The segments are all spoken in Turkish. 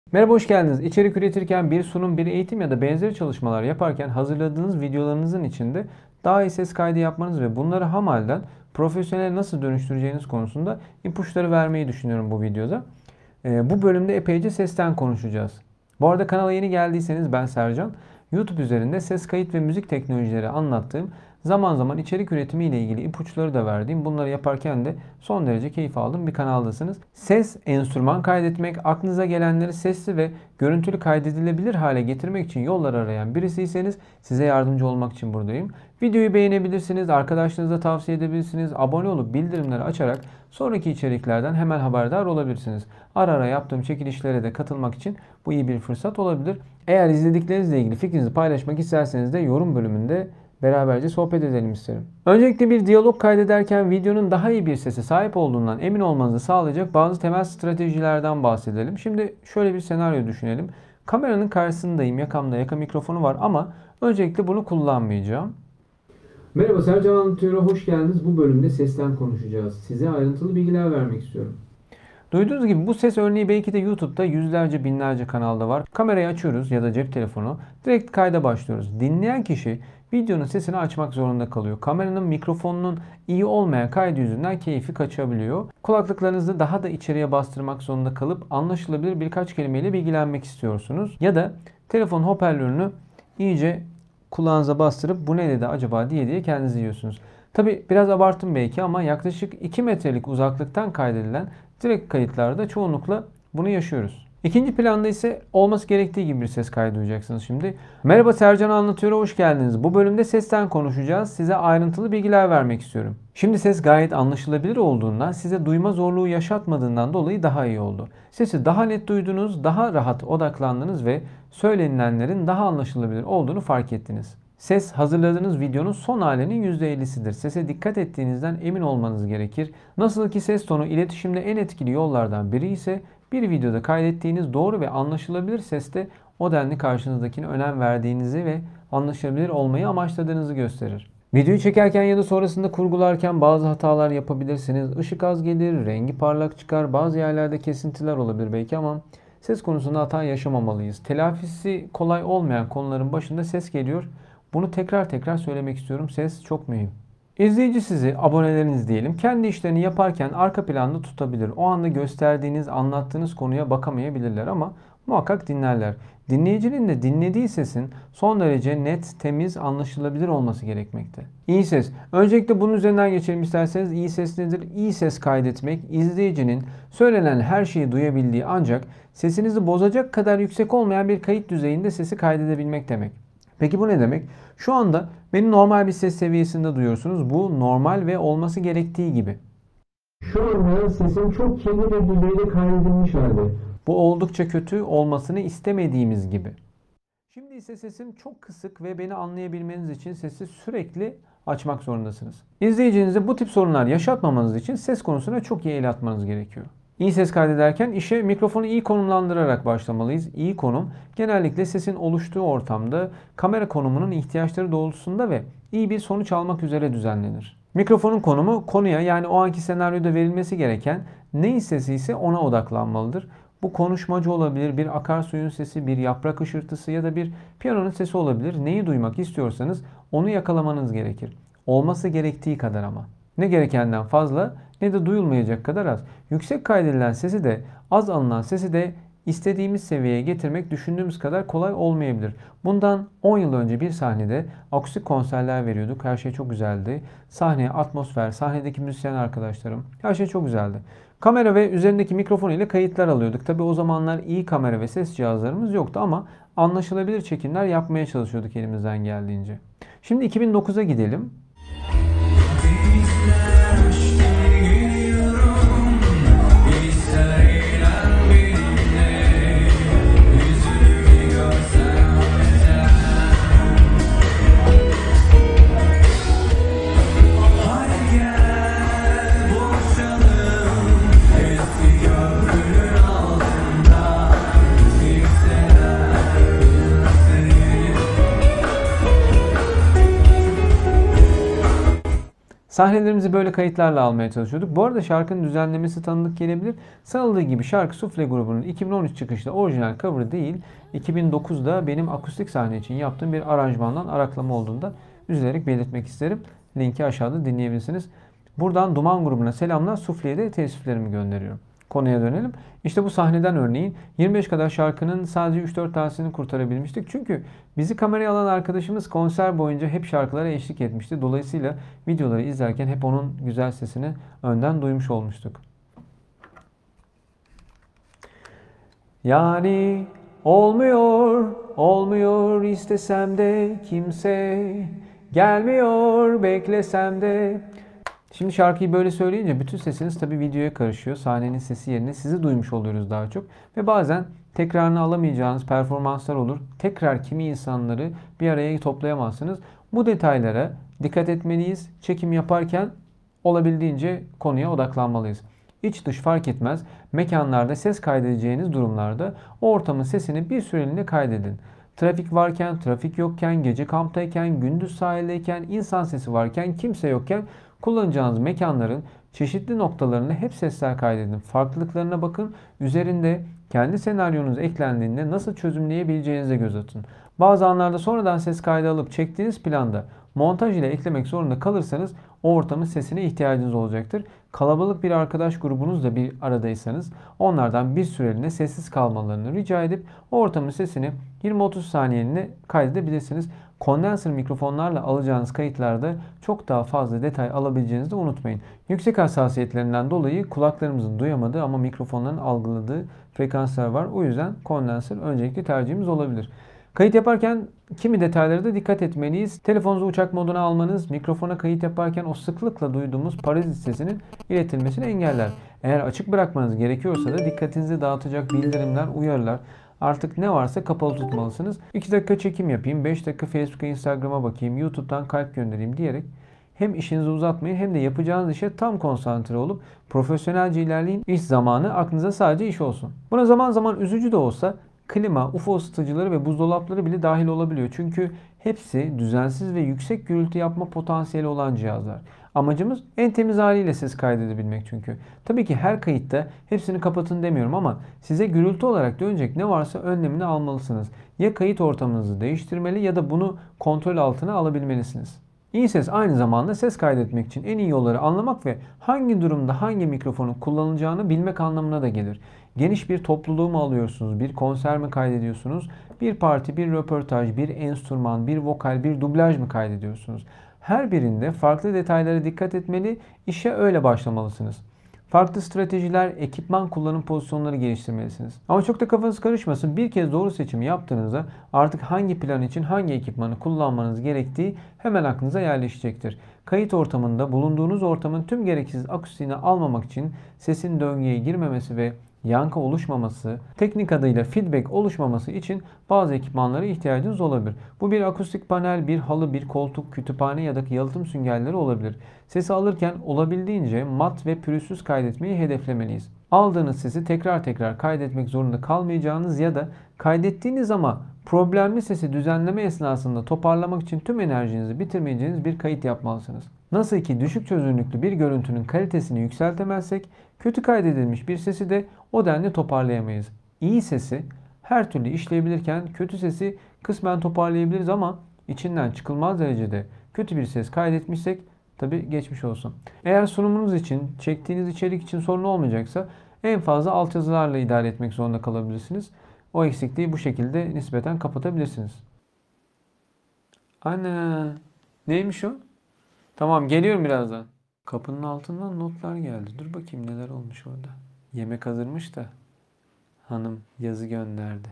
Merhaba, hoş geldiniz. İçerik üretirken bir sunum, bir eğitim ya da benzeri çalışmalar yaparken hazırladığınız videolarınızın içinde daha iyi ses kaydı yapmanız ve bunları ham halden profesyonel nasıl dönüştüreceğiniz konusunda ipuçları vermeyi düşünüyorum bu videoda. Bu bölümde epeyce sesten konuşacağız. Bu arada kanala yeni geldiyseniz ben Sercan. YouTube üzerinde ses kayıt ve müzik teknolojileri anlattığım, zaman zaman içerik üretimi ile ilgili ipuçları da verdiğim, bunları yaparken de son derece keyif aldığım bir kanaldasınız. Ses, enstrüman kaydetmek, aklınıza gelenleri sesli ve görüntülü kaydedilebilir hale getirmek için yollar arayan birisiyseniz size yardımcı olmak için buradayım. Videoyu beğenebilirsiniz, arkadaşlarınıza tavsiye edebilirsiniz, abone olup bildirimleri açarak sonraki içeriklerden hemen haberdar olabilirsiniz. Ara ara yaptığım çekilişlere de katılmak için bu iyi bir fırsat olabilir. Eğer izlediklerinizle ilgili fikrinizi paylaşmak isterseniz de yorum bölümünde beraberce sohbet edelim isterim. Öncelikle bir diyalog kaydederken videonun daha iyi bir sese sahip olduğundan emin olmanızı sağlayacak bazı temel stratejilerden bahsedelim. Şimdi şöyle bir senaryo düşünelim. Kameranın karşısındayım, yakamda yaka mikrofonu var ama öncelikle bunu kullanmayacağım. Merhaba, Sercan Anlatıyor'a hoş geldiniz. Bu bölümde sesten konuşacağız. Size ayrıntılı bilgiler vermek istiyorum. Duyduğunuz gibi bu ses örneği belki de YouTube'da yüzlerce binlerce kanalda var. Kamerayı açıyoruz ya da cep telefonu. Direkt kayda başlıyoruz. Dinleyen kişi videonun sesini açmak zorunda kalıyor. Kameranın mikrofonunun iyi olmayan kaydı yüzünden keyfi kaçabiliyor. Kulaklıklarınızı daha da içeriye bastırmak zorunda kalıp anlaşılabilir birkaç kelimeyle bilgilenmek istiyorsunuz. Ya da telefon hoparlörünü iyice kulağınıza bastırıp bu ne dedi acaba diye kendinizi yiyorsunuz. Tabi biraz abarttım belki ama yaklaşık 2 metrelik uzaklıktan kaydedilen direkt kayıtlarda çoğunlukla bunu yaşıyoruz. İkinci planda ise olması gerektiği gibi bir ses kaydı duyacaksınız şimdi. Merhaba, Sercan Anlatıyor'a hoş geldiniz. Bu bölümde sesten konuşacağız. Size ayrıntılı bilgiler vermek istiyorum. Şimdi ses gayet anlaşılabilir olduğundan, size duyma zorluğu yaşatmadığından dolayı daha iyi oldu. Sesi daha net duydunuz, daha rahat odaklandınız ve söylenilenlerin daha anlaşılabilir olduğunu fark ettiniz. Ses hazırladığınız videonun son halinin %50'sidir. Sese dikkat ettiğinizden emin olmanız gerekir. Nasıl ki ses tonu iletişimde en etkili yollardan biri ise bir videoda kaydettiğiniz doğru ve anlaşılabilir seste o denli karşınızdakine önem verdiğinizi ve anlaşılabilir olmayı amaçladığınızı gösterir. Videoyu çekerken ya da sonrasında kurgularken bazı hatalar yapabilirsiniz. Işık az gelir, rengi parlak çıkar, bazı yerlerde kesintiler olabilir belki ama ses konusunda hata yaşamamalıyız. Telafisi kolay olmayan konuların başında ses geliyor. Bunu tekrar tekrar söylemek istiyorum. Ses çok mühim. İzleyici sizi, aboneleriniz diyelim, kendi işlerini yaparken arka planda tutabilir. O anda gösterdiğiniz, anlattığınız konuya bakamayabilirler ama muhakkak dinlerler. Dinleyicinin de dinlediği sesin son derece net, temiz, anlaşılabilir olması gerekmekte. İyi ses. Öncelikle bunun üzerinden geçelim isterseniz. İyi ses nedir? İyi ses kaydetmek, izleyicinin söylenen her şeyi duyabildiği ancak sesinizi bozacak kadar yüksek olmayan bir kayıt düzeyinde sesi kaydedebilmek demek. Peki bu ne demek? Şu anda beni normal bir ses seviyesinde duyuyorsunuz. Bu normal ve olması gerektiği gibi. Şu anda sesim çok kirli bir düzeyde kaydedilmiş halde. Bu oldukça kötü, olmasını istemediğimiz gibi. Şimdi ise sesim çok kısık ve beni anlayabilmeniz için sesi sürekli açmak zorundasınız. İzleyicinize bu tip sorunlar yaşatmamanız için ses konusuna çok iyi el atmanız gerekiyor. İyi ses kaydederken işe mikrofonu iyi konumlandırarak başlamalıyız. İyi konum genellikle sesin oluştuğu ortamda kamera konumunun ihtiyaçları doğrultusunda ve iyi bir sonuç almak üzere düzenlenir. Mikrofonun konumu konuya, yani o anki senaryoda verilmesi gereken neyin sesi ise ona odaklanmalıdır. Bu konuşmacı olabilir, bir akarsuyun sesi, bir yaprak hışırtısı ya da bir piyanonun sesi olabilir. Neyi duymak istiyorsanız onu yakalamanız gerekir. Olması gerektiği kadar ama. Ne gerekenden fazla ne de duyulmayacak kadar az. Yüksek kaydedilen sesi de az alınan sesi de istediğimiz seviyeye getirmek düşündüğümüz kadar kolay olmayabilir. Bundan 10 yıl önce bir sahnede akustik konserler veriyorduk. Her şey çok güzeldi. Sahne, atmosfer, sahnedeki müzisyen arkadaşlarım, her şey çok güzeldi. Kamera ve üzerindeki mikrofon ile kayıtlar alıyorduk. Tabi o zamanlar iyi kamera ve ses cihazlarımız yoktu ama anlaşılabilir çekimler yapmaya çalışıyorduk elimizden geldiğince. Şimdi 2009'a gidelim. Sahnelerimizi böyle kayıtlarla almaya çalışıyorduk. Bu arada şarkının düzenlemesi tanıdık gelebilir. Sanıldığı gibi şarkı Sufle grubunun 2013 çıkışlı orijinal cover'ı değil, 2009'da benim akustik sahne için yaptığım bir aranjmandan araklama olduğunda üzülerek belirtmek isterim. Linki aşağıda dinleyebilirsiniz. Buradan Duman grubuna selamlar, Sufle'ye de teessüflerimi gönderiyorum. Konuya dönelim. İşte bu sahneden örneğin 25 kadar şarkının sadece 3-4 tanesini kurtarabilmiştik. Çünkü bizi kameraya alan arkadaşımız konser boyunca hep şarkılara eşlik etmişti. Dolayısıyla videoları izlerken hep onun güzel sesini önden duymuş olmuştuk. Yani olmuyor, olmuyor istesem de kimse gelmiyor beklesem de. Şimdi şarkıyı böyle söyleyince bütün sesiniz tabii videoya karışıyor. Sahnenin sesi yerine sizi duymuş oluyoruz daha çok. Ve bazen tekrarını alamayacağınız performanslar olur. Tekrar kimi insanları bir araya toplayamazsınız. Bu detaylara dikkat etmeliyiz. Çekim yaparken olabildiğince konuya odaklanmalıyız. İç dış fark etmez. Mekanlarda ses kaydedeceğiniz durumlarda o ortamın sesini bir süreliğine kaydedin. Trafik varken, trafik yokken, gece kamptayken, gündüz sahildeyken, insan sesi varken, kimse yokken kullanacağınız mekanların çeşitli noktalarını hep sesler kaydedin. Farklılıklarına bakın. Üzerinde kendi senaryonuz eklendiğinde nasıl çözümleyebileceğinize göz atın. Bazı anlarda sonradan ses kaydı alıp çektiğiniz planda montaj ile eklemek zorunda kalırsanız o ortamın sesine ihtiyacınız olacaktır. Kalabalık bir arkadaş grubunuzla bir aradaysanız onlardan bir süreliğine sessiz kalmalarını rica edip o ortamın sesini 20-30 saniyeliğine kaydedebilirsiniz. Kondenser mikrofonlarla alacağınız kayıtlarda çok daha fazla detay alabileceğinizi de unutmayın. Yüksek hassasiyetlerinden dolayı kulaklarımızın duyamadığı ama mikrofonların algıladığı frekanslar var. O yüzden kondenser öncelikli tercihimiz olabilir. Kayıt yaparken kimi detaylara da dikkat etmeliyiz. Telefonunuzu uçak moduna almanız, mikrofona kayıt yaparken o sıklıkla duyduğumuz parazit sesinin iletilmesini engeller. Eğer açık bırakmanız gerekiyorsa da dikkatinizi dağıtacak bildirimler, uyarılar, artık ne varsa kapalı tutmalısınız. 2 dakika çekim yapayım, 5 dakika Facebook'a, Instagram'a bakayım, YouTube'dan kalp göndereyim diyerek hem işinizi uzatmayın hem de yapacağınız işe tam konsantre olup profesyonelce ilerleyin. İş zamanı aklınıza sadece iş olsun. Buna zaman zaman üzücü de olsa klima, UFO ısıtıcıları ve buzdolapları bile dahil olabiliyor. Çünkü hepsi düzensiz ve yüksek gürültü yapma potansiyeli olan cihazlar. Amacımız en temiz haliyle ses kaydedebilmek çünkü. Tabii ki her kayıtta hepsini kapatın demiyorum ama size gürültü olarak dönecek ne varsa önlemini almalısınız. Ya kayıt ortamınızı değiştirmeli ya da bunu kontrol altına alabilmelisiniz. İyi ses aynı zamanda ses kaydetmek için en iyi yolları anlamak ve hangi durumda hangi mikrofonu kullanılacağını bilmek anlamına da gelir. Geniş bir topluluğu mu alıyorsunuz, bir konser mi kaydediyorsunuz, bir parti, bir röportaj, bir enstrüman, bir vokal, bir dublaj mı kaydediyorsunuz? Her birinde farklı detaylara dikkat etmeli, işe öyle başlamalısınız. Farklı stratejiler, ekipman kullanım pozisyonları geliştirmelisiniz. Ama çok da kafanız karışmasın. Bir kez doğru seçimi yaptığınızda artık hangi plan için hangi ekipmanı kullanmanız gerektiği hemen aklınıza yerleşecektir. Kayıt ortamında bulunduğunuz ortamın tüm gereksiz akustiğini almamak için sesin döngüye girmemesi ve yankı oluşmaması, teknik adıyla feedback oluşmaması için bazı ekipmanlara ihtiyacınız olabilir. Bu bir akustik panel, bir halı, bir koltuk, kütüphane ya da yalıtım süngerleri olabilir. Sesi alırken olabildiğince mat ve pürüzsüz kaydetmeyi hedeflemeliyiz. Aldığınız sesi tekrar tekrar kaydetmek zorunda kalmayacağınız ya da kaydettiğiniz ama problemli sesi düzenleme esnasında toparlamak için tüm enerjinizi bitirmeyeceğiniz bir kayıt yapmalısınız. Nasıl ki düşük çözünürlüklü bir görüntünün kalitesini yükseltemezsek, kötü kaydedilmiş bir sesi de o denli toparlayamayız. İyi sesi her türlü işleyebilirken kötü sesi kısmen toparlayabiliriz ama içinden çıkılmaz derecede kötü bir ses kaydetmişsek tabi geçmiş olsun. Eğer sunumunuz için, çektiğiniz içerik için sorun olmayacaksa en fazla altyazılarla idare etmek zorunda kalabilirsiniz. O eksikliği bu şekilde nispeten kapatabilirsiniz. Ana, neymiş o? Tamam, geliyorum birazdan. Kapının altından notlar geldi. Dur bakayım neler olmuş orada. Yemek hazırmış da hanım yazı gönderdi.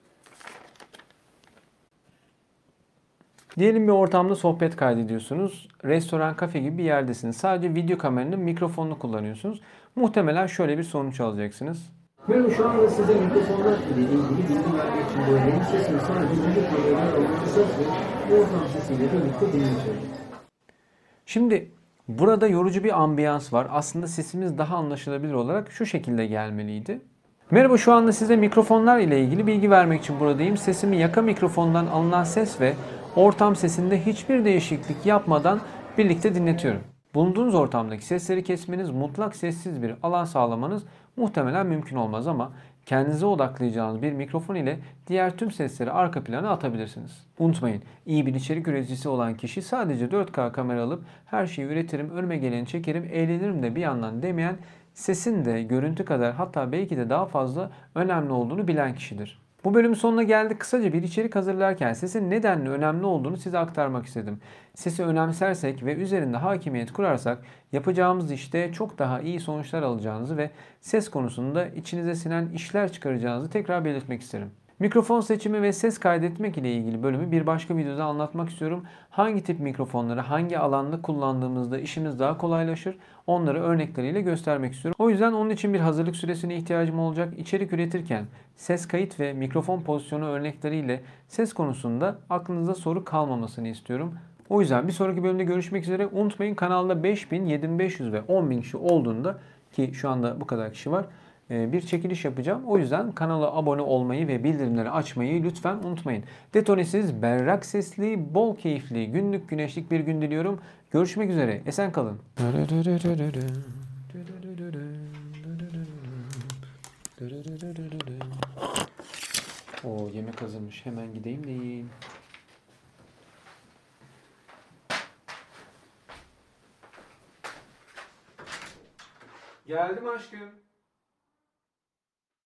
Diyelim bir ortamda sohbet kaydediyorsunuz. Restoran, kafe gibi bir yerdesiniz. Sadece video kameranın mikrofonunu kullanıyorsunuz. Muhtemelen şöyle bir sonuç alacaksınız. Merhaba, şu anda size mikrofonlar ile ilgili bilgi vermek için böyle sesini sadece video kameradan alıntı ses ve ortam sesiyle birlikte dinleyeceğiz. Şimdi burada yorucu bir ambiyans var. Aslında sesimiz daha anlaşılabilir olarak şu şekilde gelmeliydi. Merhaba, şu anda size mikrofonlar ile ilgili bilgi vermek için buradayım. Sesimi yaka mikrofondan alınan ses ve ortam sesinde hiçbir değişiklik yapmadan birlikte dinletiyorum. Bulunduğunuz ortamdaki sesleri kesmeniz, mutlak sessiz bir alan sağlamanız muhtemelen mümkün olmaz ama kendinize odaklayacağınız bir mikrofon ile diğer tüm sesleri arka plana atabilirsiniz. Unutmayın, iyi bir içerik üreticisi olan kişi sadece 4K kamera alıp her şeyi üretirim, önüme geleni çekerim, eğlenirim de bir yandan demeyen, sesin de görüntü kadar hatta belki de daha fazla önemli olduğunu bilen kişidir. Bu bölümün sonuna geldik. Kısaca bir içerik hazırlarken sesin nedenli önemli olduğunu size aktarmak istedim. Sesi önemsersek ve üzerinde hakimiyet kurarsak yapacağımız işte çok daha iyi sonuçlar alacağınızı ve ses konusunda içinize sinen işler çıkaracağınızı tekrar belirtmek isterim. Mikrofon seçimi ve ses kaydetmek ile ilgili bölümü bir başka videoda anlatmak istiyorum. Hangi tip mikrofonları hangi alanda kullandığımızda işimiz daha kolaylaşır, onları örnekleriyle göstermek istiyorum. O yüzden onun için bir hazırlık süresine ihtiyacım olacak. İçerik üretirken ses kayıt ve mikrofon pozisyonu örnekleriyle ses konusunda aklınızda soru kalmamasını istiyorum. O yüzden bir sonraki bölümde görüşmek üzere. Unutmayın, kanalda 5000, 7500 ve 10.000 kişi olduğunda, ki şu anda bu kadar kişi var, bir çekiliş yapacağım. O yüzden kanala abone olmayı ve bildirimleri açmayı lütfen unutmayın. Detonesiz, berrak sesli, bol keyifli, günlük güneşlik bir gün diliyorum. Görüşmek üzere. Esen kalın. O yemek hazırmış. Hemen gideyim de yiyeyim. Geldim aşkım.